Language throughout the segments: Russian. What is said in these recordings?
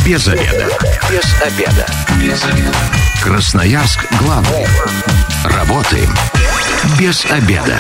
Без обеда. Без обеда. Без обеда. Красноярск главный. Работаем без обеда.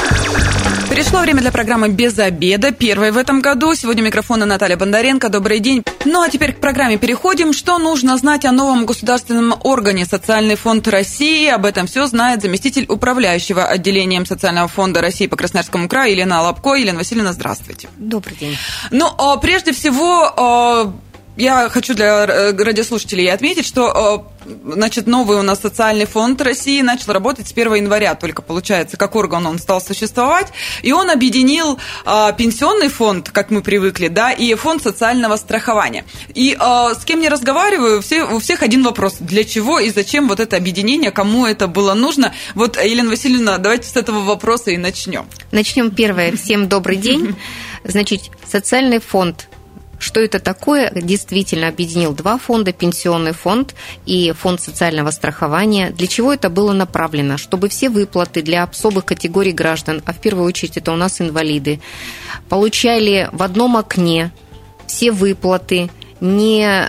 Пришло время для программы «Без обеда», первой в этом году. Сегодня у микрофона Наталья Бондаренко. Добрый день. Ну а теперь к программе переходим. Что нужно знать о новом государственном органе «Социальный фонд России»? Об этом все знает заместитель управляющего отделением Социального фонда России по Красноярскому краю Елена Лобко. Елена Васильевна, здравствуйте. Добрый день. Ну, прежде всего... Я хочу для радиослушателей отметить, что, значит, новый у нас социальный фонд России начал работать с 1 января, только, получается, как орган он стал существовать, и он объединил пенсионный фонд, как мы привыкли, да, и фонд социального страхования. И с кем не разговариваю, у всех один вопрос: для чего и зачем вот это объединение, кому это было нужно? Вот, Елена Васильевна, давайте с этого вопроса и начнем. Начнем первое. Всем добрый день. Значит, социальный фонд. Что это такое? Действительно объединил два фонда, пенсионный фонд и фонд социального страхования. Для чего это было направлено? Чтобы все выплаты для особых категорий граждан, а в первую очередь это у нас инвалиды, получали в одном окне все выплаты, не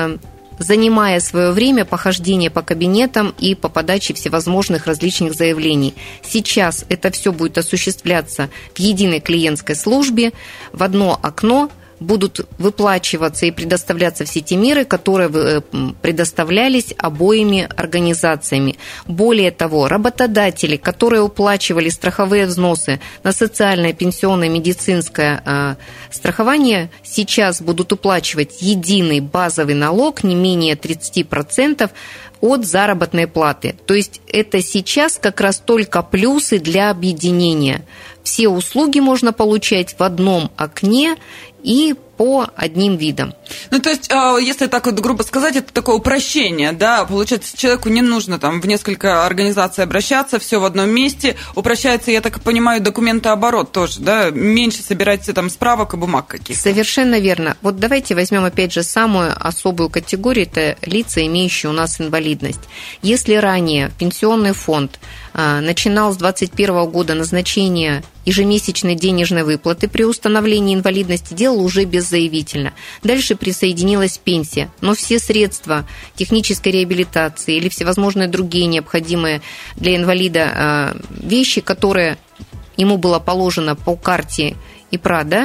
занимая свое время по хождению по кабинетам и по подаче всевозможных различных заявлений. Сейчас это все будет осуществляться в единой клиентской службе, в одно окно будут выплачиваться и предоставляться все те меры, которые предоставлялись обоими организациями. Более того, работодатели, которые уплачивали страховые взносы на социальное, пенсионное, медицинское страхование, сейчас будут уплачивать единый базовый налог не менее 30% от заработной платы. То есть это сейчас как раз только плюсы для объединения. Все услуги можно получать в одном окне и по одним видам. Ну, то есть, если так вот грубо сказать, это такое упрощение, да, получается, человеку не нужно там в несколько организаций обращаться, все в одном месте, упрощается, я так понимаю, документооборот тоже, да, меньше собирать там справок и бумаг каких-то. Совершенно верно. Вот давайте возьмем опять же самую особую категорию, это лица, имеющие у нас инвалидность. Если ранее пенсионный фонд начинал с 2021 года назначение ежемесячной денежной выплаты при установлении инвалидности, делал уже беззаявительно. Дальше присоединилась пенсия. Но все средства технической реабилитации или всевозможные другие необходимые для инвалида вещи, которые ему было положено по карте ИПРА, да,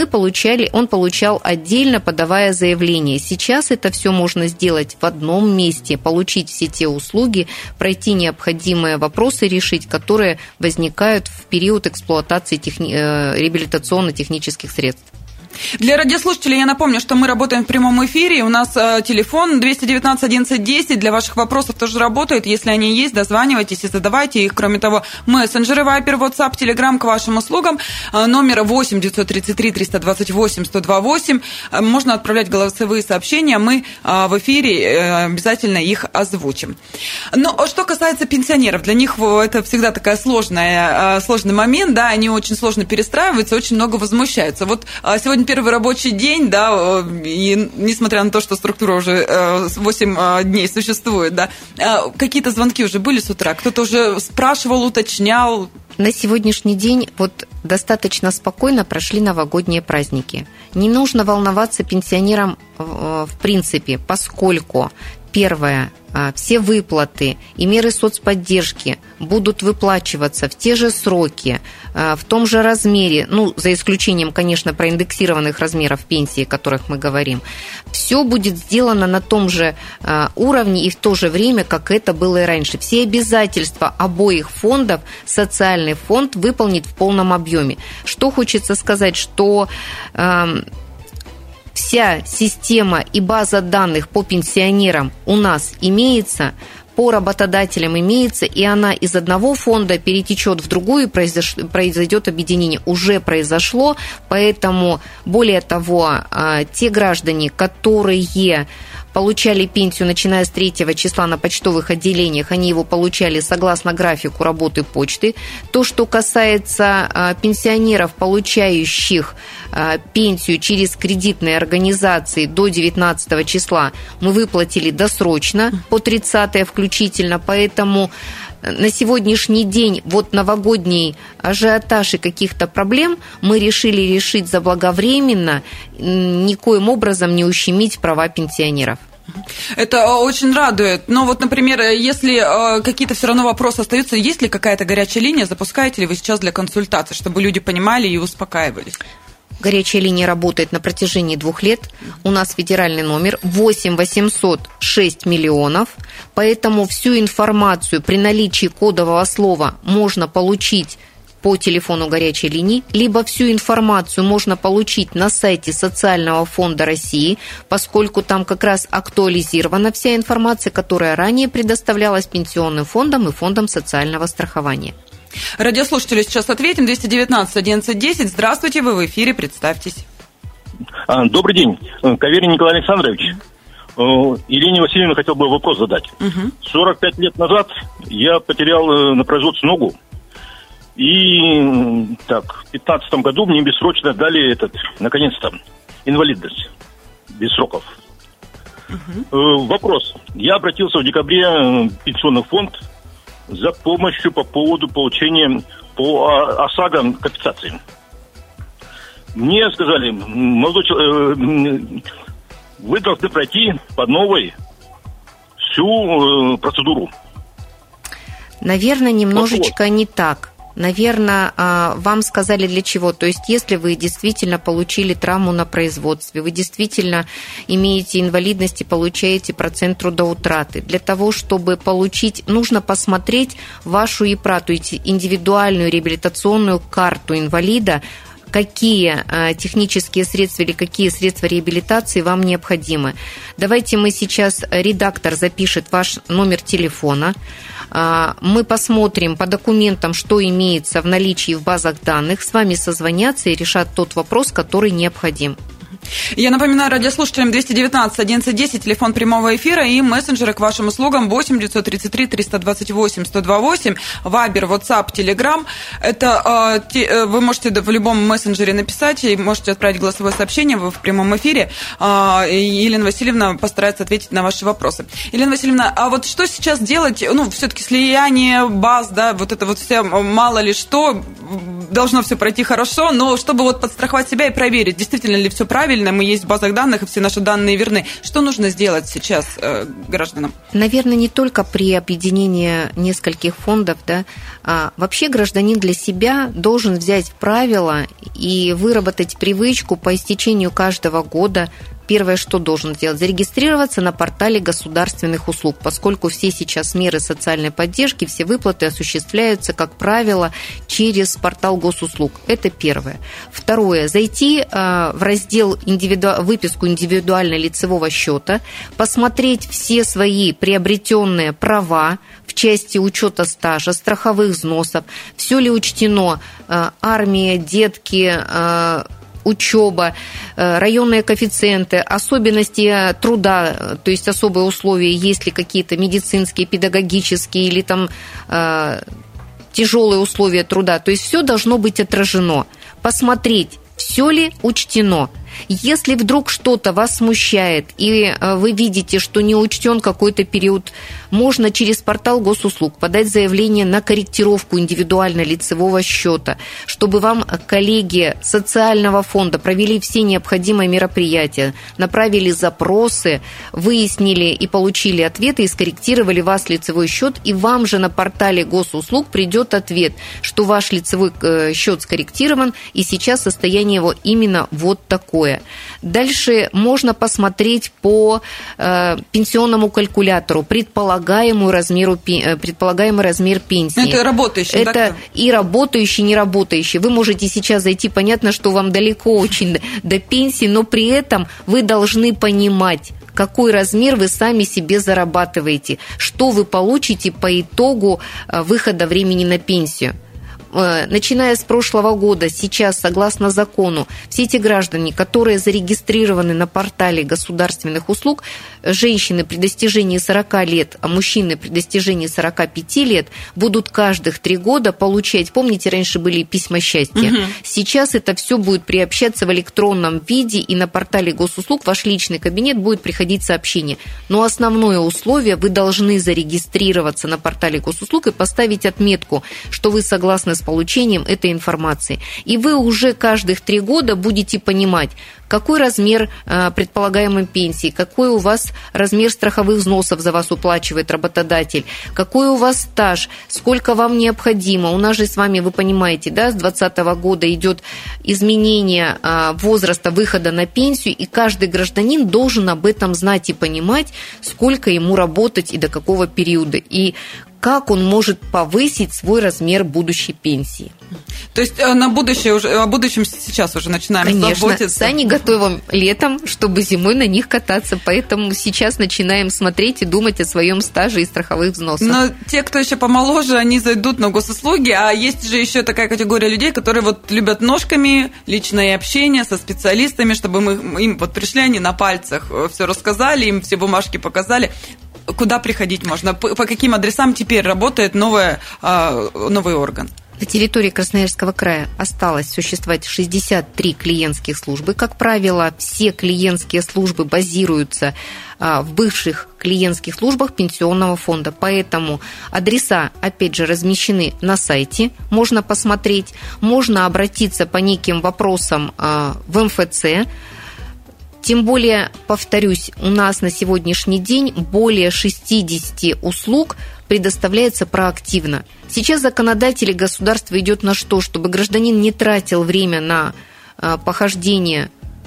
он получал отдельно, подавая заявление. Сейчас это все можно сделать в одном месте, получить все те услуги, пройти необходимые вопросы, решить, которые возникают в период эксплуатации реабилитационно-технических средств. Для радиослушателей я напомню, что мы работаем в прямом эфире. У нас телефон 219 11 10. Для ваших вопросов тоже работает. Если они есть, дозванивайтесь и задавайте их. Кроме того, мессенджеры, Вайбер, WhatsApp, Telegram к вашим услугам. Номер 8 933 328 128. Можно отправлять голосовые сообщения. Мы в эфире обязательно их озвучим. Но что касается пенсионеров, для них это всегда такой сложный момент. Да, они очень сложно перестраиваются, очень много возмущаются. Вот сегодня первый рабочий день, да, и несмотря на то, что структура уже 8 дней существует, да, какие-то звонки уже были с утра? Кто-то уже спрашивал, уточнял? На сегодняшний день вот достаточно спокойно прошли новогодние праздники. Не нужно волноваться пенсионерам в принципе, поскольку первое, все выплаты и меры соцподдержки будут выплачиваться в те же сроки, в том же размере, ну, за исключением, конечно, проиндексированных размеров пенсии, о которых мы говорим. Все будет сделано на том же уровне и в то же время, как это было и раньше. Все обязательства обоих фондов социальный фонд выполнит в полном объеме. Что хочется сказать, что вся система и база данных по пенсионерам у нас имеется, по работодателям имеется, и она из одного фонда перетечет в другую, и произойдет объединение. Уже произошло, поэтому, более того, те граждане, которые получали пенсию, начиная с 3 числа на почтовых отделениях, они его получали согласно графику работы почты. То, что касается пенсионеров, получающих пенсию через кредитные организации до 19 числа, мы выплатили досрочно, по 30 включительно, поэтому на сегодняшний день вот новогодний ажиотаж и каких-то проблем мы решили решить заблаговременно, никоим образом не ущемить права пенсионеров. Это очень радует. Но вот, например, если какие-то все равно вопросы остаются, есть ли какая-то горячая линия, запускаете ли вы сейчас для консультации, чтобы люди понимали и успокаивались? Горячая линия работает на протяжении 2 лет. У нас федеральный номер 8 800 6 миллионов. Поэтому всю информацию при наличии кодового слова можно получить по телефону горячей линии, либо всю информацию можно получить на сайте Социального фонда России, поскольку там как раз актуализирована вся информация, которая ранее предоставлялась пенсионным фондом и фондом социального страхования. Радиослушателю сейчас ответим. 219 11 10. Здравствуйте, вы в эфире, представьтесь. Добрый день. Каверин Николай Александрович. Елене Васильевне хотел бы вопрос задать. 45 лет назад я потерял на производстве ногу. И так, в 2015 году мне бессрочно дали наконец-то, инвалидность. Без сроков. Вопрос. Я обратился в декабре в пенсионный фонд за помощью по поводу получения по ОСАГО компенсации. Мне сказали, молодой человек, вы должны пройти по новой всю процедуру. Наверное, немножечко не так. Наверное, вам сказали для чего. То есть, если вы действительно получили травму на производстве, вы действительно имеете инвалидность и получаете процент трудоутраты. Для того, чтобы получить, нужно посмотреть вашу ИПРА, то есть индивидуальную реабилитационную карту инвалида, какие технические средства или какие средства реабилитации вам необходимы. Давайте мы сейчас, редактор запишет ваш номер телефона, мы посмотрим по документам, что имеется в наличии в базах данных, с вами созвонятся и решат тот вопрос, который необходим. Я напоминаю радиослушателям 219 11 10, телефон прямого эфира и мессенджеры к вашим услугам 8 933 328 128, Вайбер, WhatsApp, Telegram. Это вы можете в любом мессенджере написать и можете отправить голосовое сообщение, вы в прямом эфире. Елена Васильевна постарается ответить на ваши вопросы. Елена Васильевна, а вот что сейчас делать? Ну, все-таки слияние баз, да, вот это вот все, мало ли что, должно все пройти хорошо, но чтобы вот подстраховать себя и проверить, действительно ли все правильно, мы есть в базах данных, и все наши данные верны. Что нужно сделать сейчас гражданам? Наверное, не только при объединении нескольких фондов, да, вообще гражданин для себя должен взять правила и выработать привычку по истечению каждого года. Первое, что должен сделать, зарегистрироваться на портале государственных услуг, поскольку все сейчас меры социальной поддержки, все выплаты осуществляются, как правило, через портал госуслуг. Это первое. Второе, зайти в раздел выписку индивидуально-лицевого счета, посмотреть все свои приобретенные права в части учета стажа, страховых взносов, все ли учтено, армия, детки, учеба, районные коэффициенты, особенности труда, то есть особые условия, есть ли какие-то медицинские, педагогические или там тяжелые условия труда. То есть все должно быть отражено. Посмотреть, все ли учтено. Если вдруг что-то вас смущает, и вы видите, что не учтен какой-то период, можно через портал госуслуг подать заявление на корректировку индивидуально-лицевого счета, чтобы вам коллеги социального фонда провели все необходимые мероприятия, направили запросы, выяснили и получили ответы, и скорректировали ваш лицевой счет, и вам же на портале госуслуг придет ответ, что ваш лицевой счет скорректирован, и сейчас состояние его именно вот такое. Дальше можно посмотреть по пенсионному калькулятору предполагаемый размер пенсии. Это работающий, это да? И работающий, и неработающий. Вы можете сейчас зайти, понятно, что вам далеко очень до пенсии, но при этом вы должны понимать, какой размер вы сами себе зарабатываете, что вы получите по итогу выхода времени на пенсию. начиная с прошлого года, сейчас, согласно закону, все эти граждане, которые зарегистрированы на портале государственных услуг, женщины при достижении 40 лет, а мужчины при достижении 45 лет, будут каждых 3 года получать, помните, раньше были письма счастья, сейчас это все будет приобщаться в электронном виде, и на портале госуслуг в ваш личный кабинет будет приходить сообщение. Но основное условие, вы должны зарегистрироваться на портале госуслуг и поставить отметку, что вы согласны с получением этой информации. И вы уже каждых 3 года будете понимать, какой размер предполагаемой пенсии, какой у вас размер страховых взносов за вас уплачивает работодатель, какой у вас стаж, сколько вам необходимо. У нас же с вами, вы понимаете, да, с 2020 года идет изменение возраста выхода на пенсию, и каждый гражданин должен об этом знать и понимать, сколько ему работать и до какого периода, и как он может повысить свой размер будущей пенсии. То есть на будущее уже, о будущем сейчас уже начинаем заботиться. Конечно, сани готовим летом, чтобы зимой на них кататься, поэтому сейчас начинаем смотреть и думать о своем стаже и страховых взносах. Но те, кто еще помоложе, они зайдут на госуслуги, а есть же еще такая категория людей, которые вот любят ножками, личное общение со специалистами, чтобы мы им вот пришли, они на пальцах все рассказали, им все бумажки показали. Куда приходить можно? По каким адресам теперь работает новый орган? На территории Красноярского края осталось существовать 63 клиентских службы. Как правило, все клиентские службы базируются в бывших клиентских службах пенсионного фонда. Поэтому адреса, опять же, размещены на сайте. Можно посмотреть, можно обратиться по неким вопросам в МФЦ. Тем более, повторюсь, у нас на сегодняшний день более 60 услуг предоставляется проактивно. Сейчас законодатели государства идет на что? Чтобы гражданин не тратил время на похождение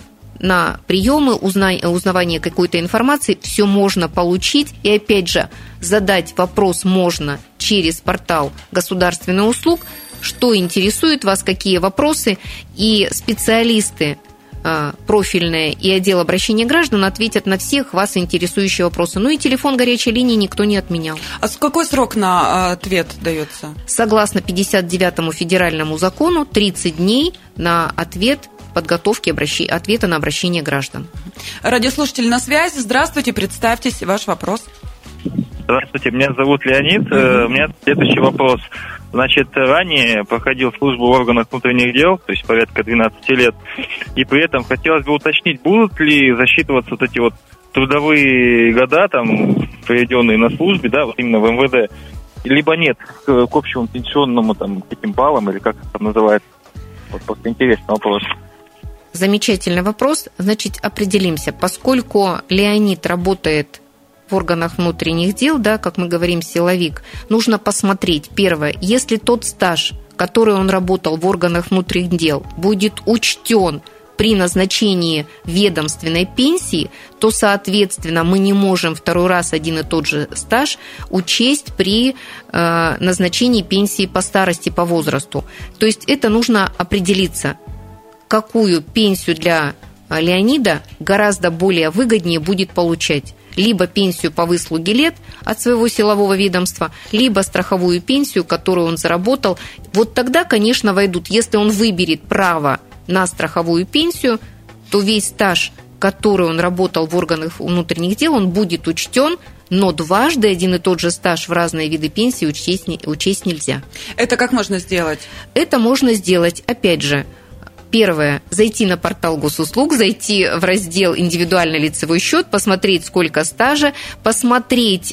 на приемы, узнавание какой-то информации. Все можно получить. И опять же, задать вопрос можно через портал государственных услуг, что интересует вас, какие вопросы, и специалисты профильное и отдел обращения граждан ответят на всех вас интересующие вопросы. Ну и телефон горячей линии никто не отменял. А какой срок на ответ дается? Согласно 59-му федеральному закону, 30 дней на ответ подготовки ответа на обращение граждан. Радиослушатель на связи. Здравствуйте, представьтесь, ваш вопрос. Здравствуйте, меня зовут Леонид. У меня следующий вопрос. Значит, ранее проходил службу в органах внутренних дел, то есть порядка 12 лет, и при этом хотелось бы уточнить, будут ли засчитываться вот эти вот трудовые года, там, проведенные на службе, да, вот именно в МВД, либо нет, к общему пенсионному, там, таким баллам, или как это называется. Вот просто интересный вопрос. Замечательный вопрос. Значит, определимся. Поскольку Леонид работает в органах внутренних дел, да, как мы говорим, силовик, нужно посмотреть, первое, если тот стаж, который он работал в органах внутренних дел, будет учтен при назначении ведомственной пенсии, то, соответственно, мы не можем второй раз один и тот же стаж учесть при назначении пенсии по старости, по возрасту. То есть это нужно определиться, какую пенсию для Леонида гораздо более выгоднее будет получать. Либо пенсию по выслуге лет от своего силового ведомства, либо страховую пенсию, которую он заработал. Вот тогда, конечно, войдут. Если он выберет право на страховую пенсию, то весь стаж, который он работал в органах внутренних дел, он будет учтен, но дважды один и тот же стаж в разные виды пенсии учесть нельзя. Это как можно сделать? Это можно сделать, опять же, первое, зайти на портал госуслуг, зайти в раздел «Индивидуальный лицевой счет», посмотреть, сколько стажа, посмотреть,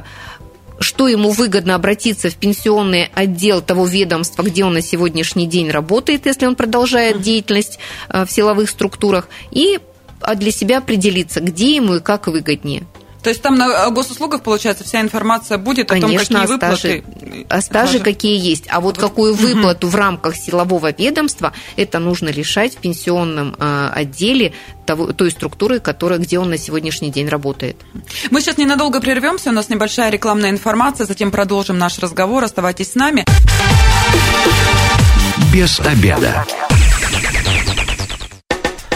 что ему выгодно, обратиться в пенсионный отдел того ведомства, где он на сегодняшний день работает, если он продолжает деятельность в силовых структурах, и для себя определиться, где ему и как выгоднее. То есть там на госуслугах, получается, вся информация будет, конечно, о том, какие выплаты. О стаже какие есть. А вот какую выплату в рамках силового ведомства, это нужно решать в пенсионном отделе той структуры, где он на сегодняшний день работает. Мы сейчас ненадолго прервемся, у нас небольшая рекламная информация, затем продолжим наш разговор. Оставайтесь с нами. Без обеда.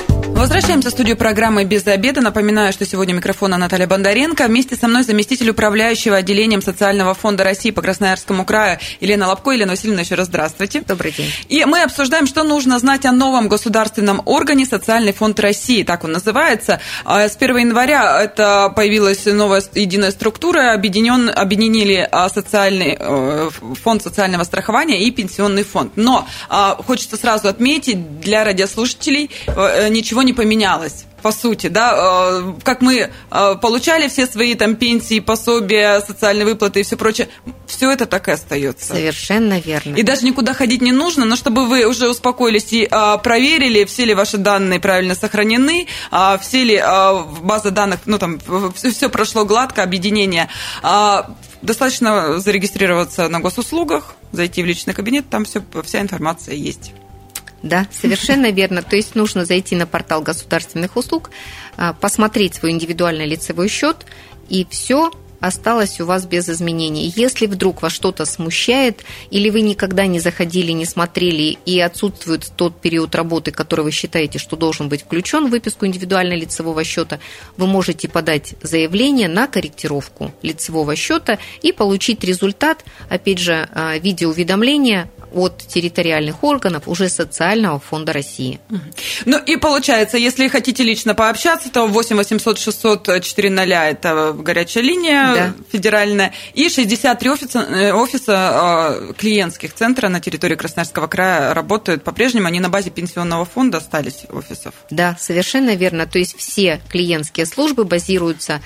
Возвращаемся в студию программы «Без обеда». Напоминаю, что сегодня микрофон Наталья Бондаренко. Вместе со мной заместитель управляющего отделением Социального фонда России по Красноярскому краю Елена Лобко. Елена Васильевна, еще раз здравствуйте. Добрый день. И мы обсуждаем, что нужно знать о новом государственном органе «Социальный фонд России». Так он называется. С 1 января это появилась новая единая структура. Объединили социальный фонд социального страхования и пенсионный фонд. Но хочется сразу отметить, для радиослушателей ничего не поменялось. По сути, да, как мы получали все свои там пенсии, пособия, социальные выплаты и все прочее, все это так и остается. Совершенно верно. И даже никуда ходить не нужно, но чтобы вы уже успокоились и проверили, все ли ваши данные правильно сохранены, все ли база данных, ну там все прошло гладко, объединение. Достаточно зарегистрироваться на госуслугах, зайти в личный кабинет, там вся информация есть. Да, совершенно верно. То есть нужно зайти на портал государственных услуг, посмотреть свой индивидуальный лицевой счет, и все осталось у вас без изменений. Если вдруг вас что-то смущает, или вы никогда не заходили, не смотрели, и отсутствует тот период работы, который вы считаете, что должен быть включен в выписку индивидуального лицевого счета, вы можете подать заявление на корректировку лицевого счета и получить результат, опять же, в виде уведомления от территориальных органов уже Социального фонда России. Ну и получается, если хотите лично пообщаться, то 8 800 600 400 это горячая линия федеральная, и 63 офиса клиентских центра на территории Красноярского края работают по-прежнему, они на базе пенсионного фонда остались офисов. Да, совершенно верно. То есть все клиентские службы базируются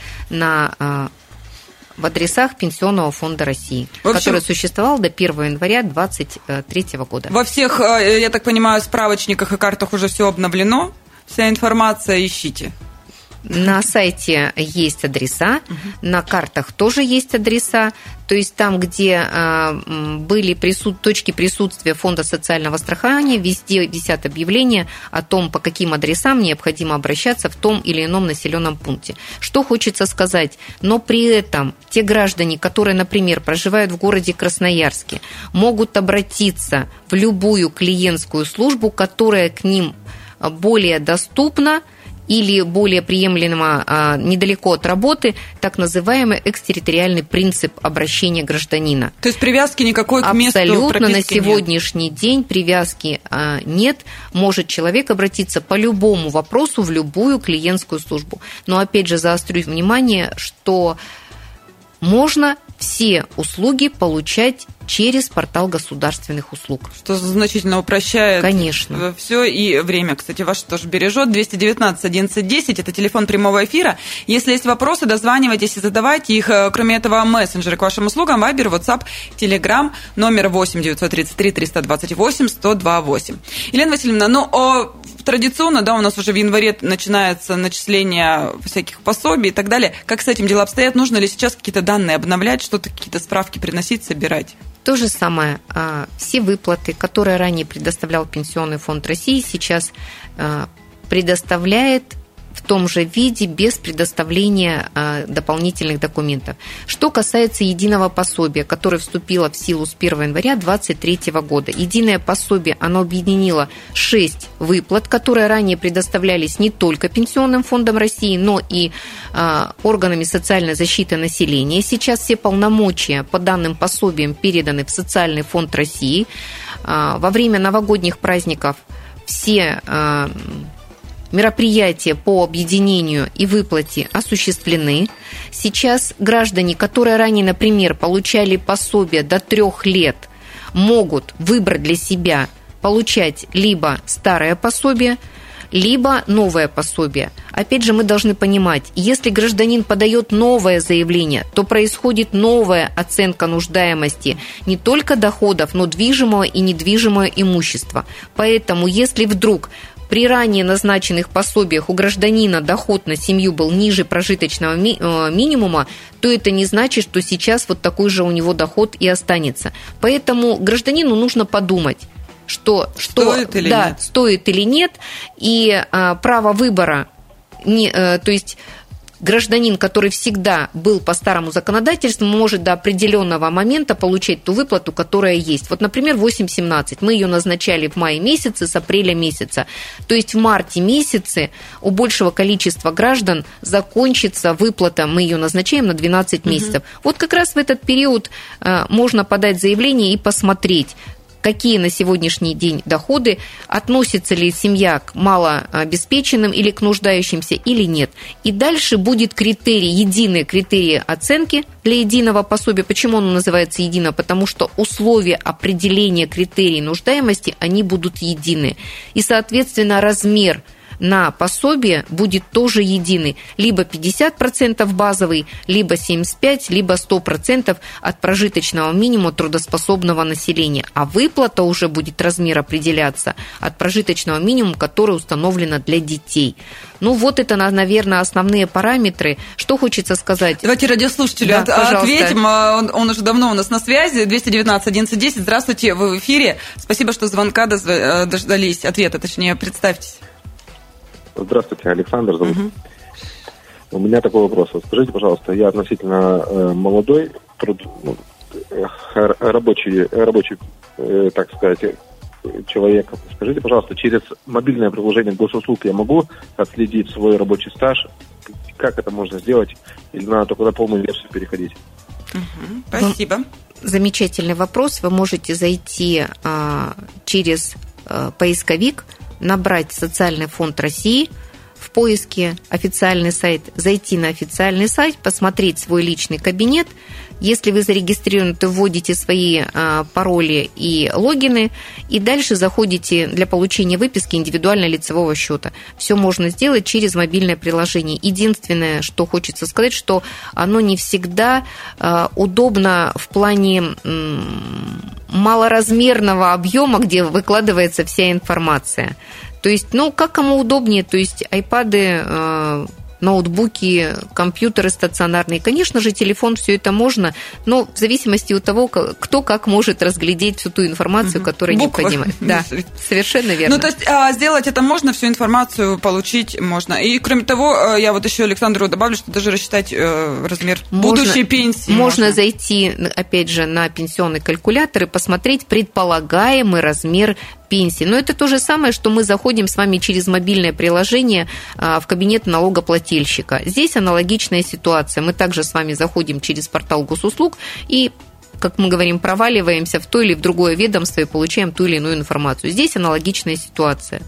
в адресах Пенсионного фонда России, который существовал до 1 января 2023 года. Во всех, я так понимаю, справочниках и картах уже все обновлено, вся информация, ищите. На сайте есть адреса, на картах тоже есть адреса, то есть там, где были точки присутствия Фонда социального страхования, везде висят объявления о том, по каким адресам необходимо обращаться в том или ином населенном пункте. Что хочется сказать, но при этом те граждане, которые, например, проживают в городе Красноярске, могут обратиться в любую клиентскую службу, которая к ним более доступна, или более приемлемо недалеко от работы, так называемый экстерриториальный принцип обращения гражданина. То есть привязки никакой к месту абсолютно на сегодняшний день привязки нет. Может человек обратиться по любому вопросу в любую клиентскую службу. Но опять же заострю внимание, что можно все услуги получать через портал государственных услуг. Что значительно упрощает. Конечно. Все, и время, кстати, ваше тоже бережет. 219 11 10, это телефон прямого эфира. Если есть вопросы, дозванивайтесь и задавайте их. Кроме этого, мессенджеры к вашим услугам: Вайбер, WhatsApp, Telegram, номер 8 933 328 1028. Елена Васильевна, традиционно, у нас уже в январе начинается начисление всяких пособий и так далее. Как с этим дела обстоят? Нужно ли сейчас какие-то данные обновлять, что-то, какие-то справки приносить, собирать? То же самое. Все выплаты, которые ранее предоставлял Пенсионный фонд России, сейчас предоставляет в том же виде, без предоставления дополнительных документов. Что касается единого пособия, которое вступило в силу с 1 января 2023 года. Единое пособие, оно объединило 6 выплат, которые ранее предоставлялись не только Пенсионным фондом России, но и органами социальной защиты населения. Сейчас все полномочия по данным пособиям переданы в Социальный фонд России. Во время новогодних праздников все мероприятия по объединению и выплате осуществлены. Сейчас граждане, которые ранее, например, получали пособие до 3 лет, могут выбрать для себя получать либо старое пособие, либо новое пособие. Опять же, мы должны понимать, если гражданин подает новое заявление, то происходит новая оценка нуждаемости не только доходов, но движимого и недвижимого имущества. Поэтому, если вдруг при ранее назначенных пособиях у гражданина доход на семью был ниже прожиточного минимума, то это не значит, что сейчас вот такой же у него доход и останется. Поэтому гражданину нужно подумать, что стоит или нет, и право выбора, то есть гражданин, который всегда был по старому законодательству, может до определенного момента получать ту выплату, которая есть. Вот, например, 8.17. Мы ее назначали в мае месяце, с апреля месяца. То есть в марте месяце у большего количества граждан закончится выплата. Мы ее назначаем на 12 месяцев. Вот как раз в этот период можно подать заявление и посмотреть, какие на сегодняшний день доходы, относится ли семья к малообеспеченным или к нуждающимся, или нет. И дальше будет критерий, единые критерии оценки для единого пособия. Почему оно называется едино? Потому что условия определения критерий нуждаемости, они будут едины. И, соответственно, размер на пособие будет тоже единый. Либо 50% базовый, либо 75%, либо 100% от прожиточного минимума трудоспособного населения. А выплата уже будет размер определяться от прожиточного минимума, который установлено для детей. Ну, вот это, наверное, основные параметры. Что хочется сказать? Давайте радиослушателю ответим. Он уже давно у нас на связи. 219-11-10. Здравствуйте, вы в эфире. Спасибо, что звонка дождались. Ответа, точнее, представьтесь. Здравствуйте, Александр зовут. У меня такой вопрос. Вот скажите, пожалуйста, я относительно молодой, рабочий, так сказать, человек. Скажите, пожалуйста, через мобильное приложение госуслуг я могу отследить свой рабочий стаж? Как это можно сделать? Или надо только на полную версию переходить? Спасибо. Замечательный вопрос. Вы можете зайти через поисковик, набрать «Социальный фонд России», в поиске «Официальный сайт», зайти на официальный сайт, посмотреть свой личный кабинет. Если вы зарегистрированы, то вводите свои пароли и логины, и дальше заходите для получения выписки индивидуально-лицевого счета. Все можно сделать через мобильное приложение. Единственное, что хочется сказать, что оно не всегда удобно в плане малоразмерного объема, где выкладывается вся информация. То есть, как кому удобнее, то есть айпады, ноутбуки, компьютеры стационарные. Конечно же, телефон, все это можно, но в зависимости от того, кто как может разглядеть всю ту информацию, которая необходима. Да, совершенно верно. Ну, то есть, сделать это можно, всю информацию получить можно. И, кроме того, я вот еще Александру добавлю, что даже рассчитать размер будущей пенсии. Можно зайти, опять же, на пенсионный калькулятор и посмотреть предполагаемый размер пенсии. Но это то же самое, что мы заходим с вами через мобильное приложение в кабинет налогоплательщика. Здесь аналогичная ситуация. Мы также с вами заходим через портал госуслуг и, как мы говорим, проваливаемся в то или в другое ведомство и получаем ту или иную информацию. Здесь аналогичная ситуация.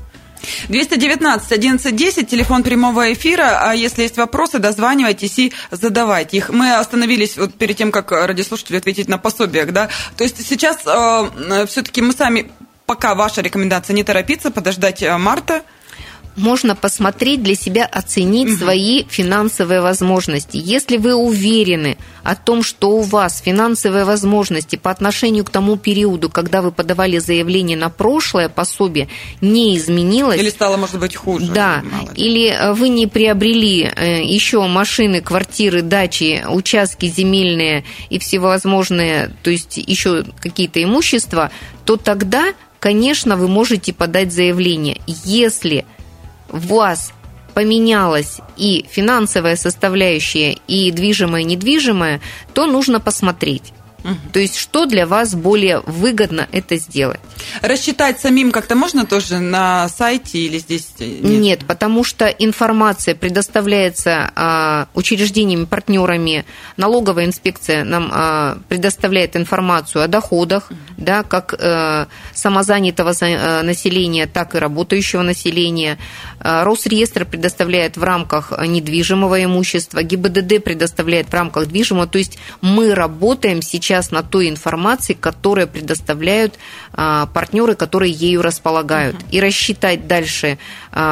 219-11-10, телефон прямого эфира. А если есть вопросы, дозванивайтесь и задавайте их. Мы остановились вот перед тем, как радиослушателю ответить на пособиях, да. То есть сейчас все-таки мы сами, пока ваша рекомендация, не торопиться, подождать марта. Можно посмотреть для себя, оценить свои финансовые возможности. Если вы уверены о том, что у вас финансовые возможности по отношению к тому периоду, когда вы подавали заявление на прошлое пособие, не изменилось. Или стало, может быть, хуже. Да, или вы не приобрели еще машины, квартиры, дачи, участки земельные и всевозможные, то есть еще какие-то имущества, то тогда, конечно, вы можете подать заявление. Если у вас поменялась и финансовая составляющая, и движимое, и недвижимое, то нужно посмотреть. То есть, что для вас более выгодно это сделать. Рассчитать самим как-то можно тоже на сайте или здесь нет? Нет, потому что информация предоставляется учреждениями, партнерами. Налоговая инспекция нам предоставляет информацию о доходах, да, как самозанятого населения, так и работающего населения. Росреестр предоставляет в рамках недвижимого имущества, ГИБДД предоставляет в рамках движимого. То есть мы работаем сейчас на той информации, которую предоставляют партнеры, которые ею располагают. И рассчитать дальше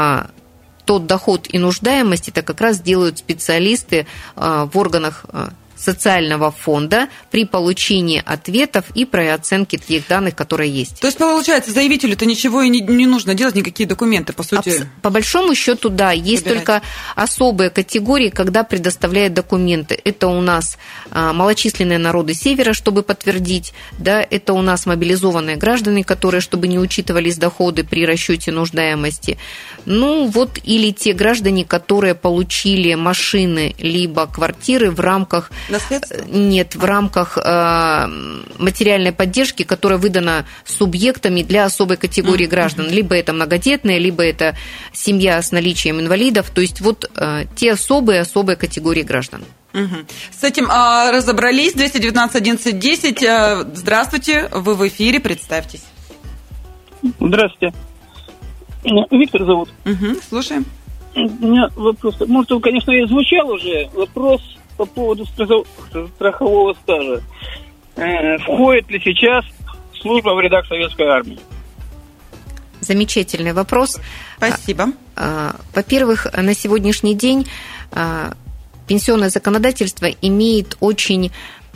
тот доход и нуждаемость, это как раз делают специалисты в органах социального фонда при получении ответов и про оценки тех данных, которые есть. То есть, получается, заявителю-то ничего и не нужно делать, никакие документы, по сути? По большому счету, да. Есть только особые категории, когда предоставляют документы. Это у нас малочисленные народы Севера, чтобы подтвердить, да, это у нас мобилизованные граждане, которые, чтобы не учитывались доходы при расчете нуждаемости. Или те граждане, которые получили машины либо квартиры в рамках... Наследство? Нет, в рамках материальной поддержки, которая выдана субъектами для особой категории граждан. Либо это многодетные, либо это семья с наличием инвалидов. То есть те особые категории граждан. С этим разобрались. 219-11-10. Здравствуйте, вы в эфире, представьтесь. Здравствуйте. Меня Виктор зовут. Слушаем. У меня вопрос. Может, конечно, и звучал уже. Вопрос по поводу страхового стажа. Входит ли сейчас служба в рядах Советской Армии? Замечательный вопрос. Спасибо. Во-первых, на сегодняшний день пенсионное законодательство имеет очень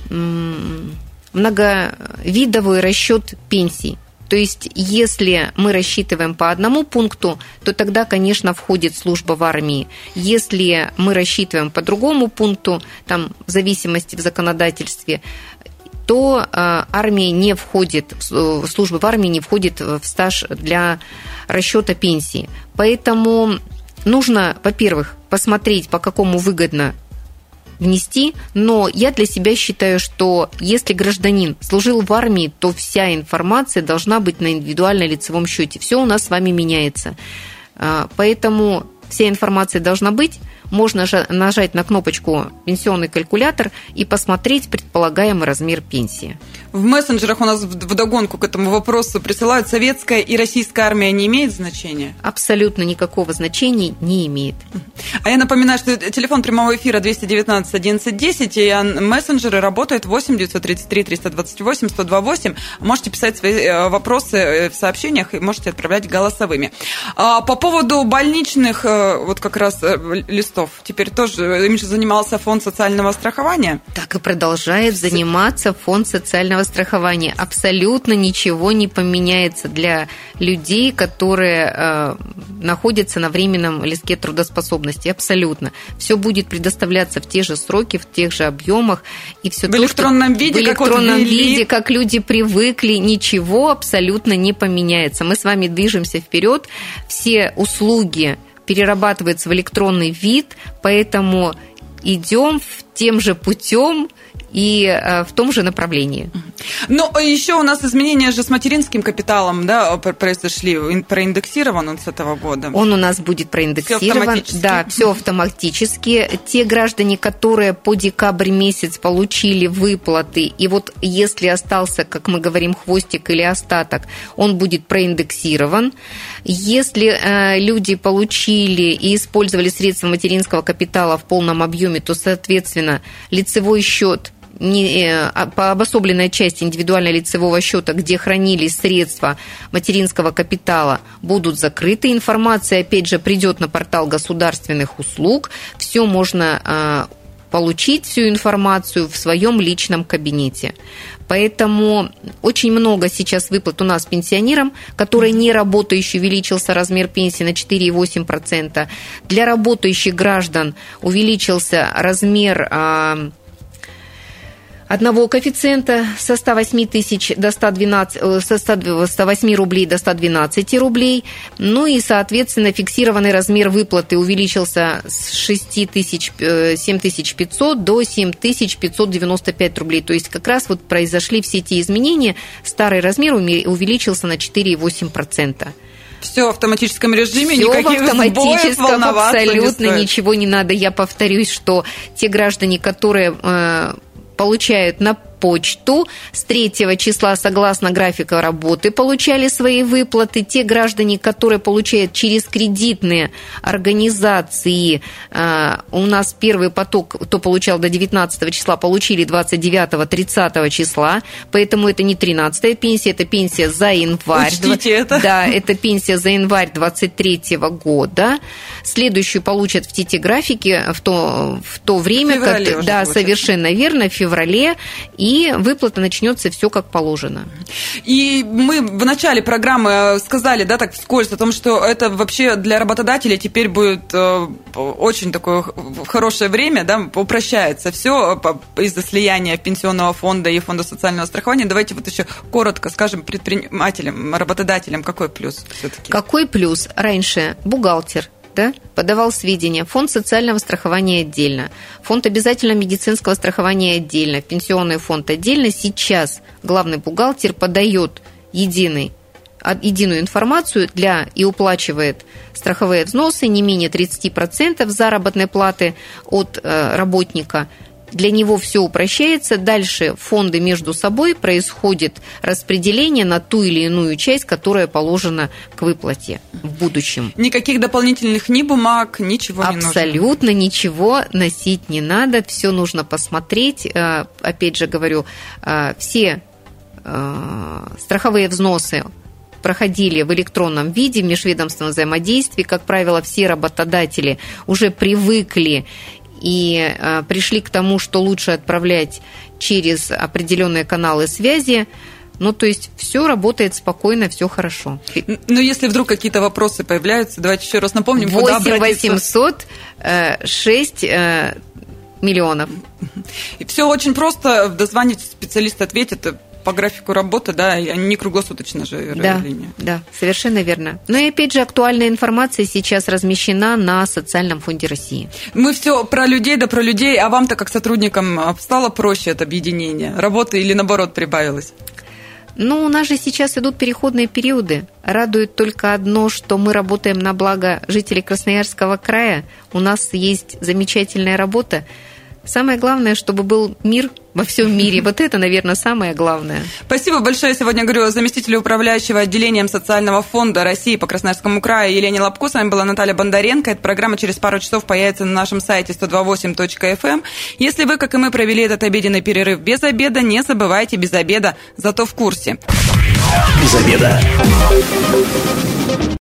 многовидовый расчет пенсий. То есть, если мы рассчитываем по одному пункту, то тогда, конечно, входит служба в армии. Если мы рассчитываем по другому пункту, там, в зависимости в законодательстве, то армия не входит, служба в армии не входит в стаж для расчета пенсии. Поэтому нужно, во-первых, посмотреть, по какому выгодно внести, но я для себя считаю, что если гражданин служил в армии, то вся информация должна быть на индивидуально-лицевом счете. Все у нас с вами меняется. Поэтому вся информация должна быть. Можно нажать на кнопочку «Пенсионный калькулятор» и посмотреть предполагаемый размер пенсии. В мессенджерах у нас вдогонку к этому вопросу присылают: советская и российская армия не имеет значения? Абсолютно никакого значения не имеет. А я напоминаю, что телефон прямого эфира 219-11-10, и мессенджеры работают 8-933-328-1028. Можете писать свои вопросы в сообщениях и можете отправлять голосовыми. По поводу больничных вот как раз листов, теперь тоже им же занимался фонд социального страхования? Так и продолжает заниматься фонд социального страхования. Абсолютно ничего не поменяется для людей, которые находятся на временном листке трудоспособности. Абсолютно. Все будет предоставляться в те же сроки, в тех же объемах. И все в электронном виде, в электронном виде, как люди привыкли, ничего абсолютно не поменяется. Мы с вами движемся вперед. Все услуги перерабатывается в электронный вид, поэтому идем тем же путем и в том же направлении. Ну, еще у нас изменения же с материнским капиталом, да, произошли, проиндексирован он с этого года. Он у нас будет проиндексирован. Да, все автоматически. Те граждане, которые по декабрь месяц получили выплаты, и вот если остался, как мы говорим, хвостик или остаток, он будет проиндексирован. Если люди получили и использовали средства материнского капитала в полном объеме, то, соответственно, лицевой счет, обособленная часть индивидуально-лицевого счета, где хранились средства материнского капитала, будут закрыты. Информация, опять же, придет на портал государственных услуг. Все можно получить, всю информацию в своем личном кабинете. Поэтому очень много сейчас выплат у нас пенсионерам, которые не работающие, увеличился размер пенсии на 4,8%. Для работающих граждан увеличился размер одного коэффициента со 108 тысяч до 112, со 108 рублей до 112 рублей. Ну и, соответственно, фиксированный размер выплаты увеличился с 7500 до 7595 рублей. То есть как раз вот произошли все те изменения. Старый размер увеличился на 4,8%. Все в автоматическом режиме, все никаких в автоматическом, сбоев, абсолютно ничего не надо. Я повторюсь, что те граждане, которые получают почту. С 3 числа, согласно графику работы, получали свои выплаты. Те граждане, которые получают через кредитные организации, у нас первый поток, кто получал до 19 числа, получили 29-30 числа, поэтому это не 13-я пенсия, это пенсия за январь. Учтите это. Да, это пенсия за январь 2023 года. Следующую получат в ТТ-графике в то время, как, да, совершенно верно, в феврале, и выплата начнется все как положено. И мы в начале программы сказали, да, так вскользь, о том, что это вообще для работодателей теперь будет очень такое хорошее время, да, упрощается все из-за слияния пенсионного фонда и фонда социального страхования. Давайте вот еще коротко скажем предпринимателям, работодателям, какой плюс все-таки? Какой плюс? Раньше бухгалтер, да, подавал сведения, фонд социального страхования отдельно, фонд обязательного медицинского страхования отдельно, пенсионный фонд отдельно. Сейчас главный бухгалтер подает единую информацию и уплачивает страховые взносы не менее 30% заработной платы от работника. Для него все упрощается. Дальше фонды между собой происходит распределение на ту или иную часть, которая положена к выплате в будущем. Никаких дополнительных ни бумаг, ничего не нужно. Абсолютно ничего носить не надо. Все нужно посмотреть. Опять же говорю, все страховые взносы проходили в электронном виде, в межведомственном взаимодействии. Как правило, все работодатели уже привыкли и пришли к тому, что лучше отправлять через определенные каналы связи. Ну, то есть все работает спокойно, все хорошо. Но если вдруг какие-то вопросы появляются, давайте еще раз напомним, 8 куда обратиться. 800 6 миллионов. И все очень просто. Дозвонитесь, специалист ответит по графику работы, да, и они не круглосуточно же. Да, совершенно верно. Но и опять же, актуальная информация сейчас размещена на Социальном фонде России. Мы все про людей, да про людей, а вам-то как сотрудникам стало проще это объединение? Работы или наоборот прибавилось? Ну, у нас же сейчас идут переходные периоды. Радует только одно, что мы работаем на благо жителей Красноярского края. У нас есть замечательная работа. Самое главное, чтобы был мир во всем мире. Вот это, наверное, самое главное. Спасибо большое. Сегодня говорю заместителю управляющего отделением Социального фонда России по Красноярскому краю Елене Лобко. С вами была Наталья Бондаренко. Эта программа через пару часов появится на нашем сайте 128.fm. Если вы, как и мы, провели этот обеденный перерыв без обеда, не забывайте без обеда, зато в курсе. Без обеда.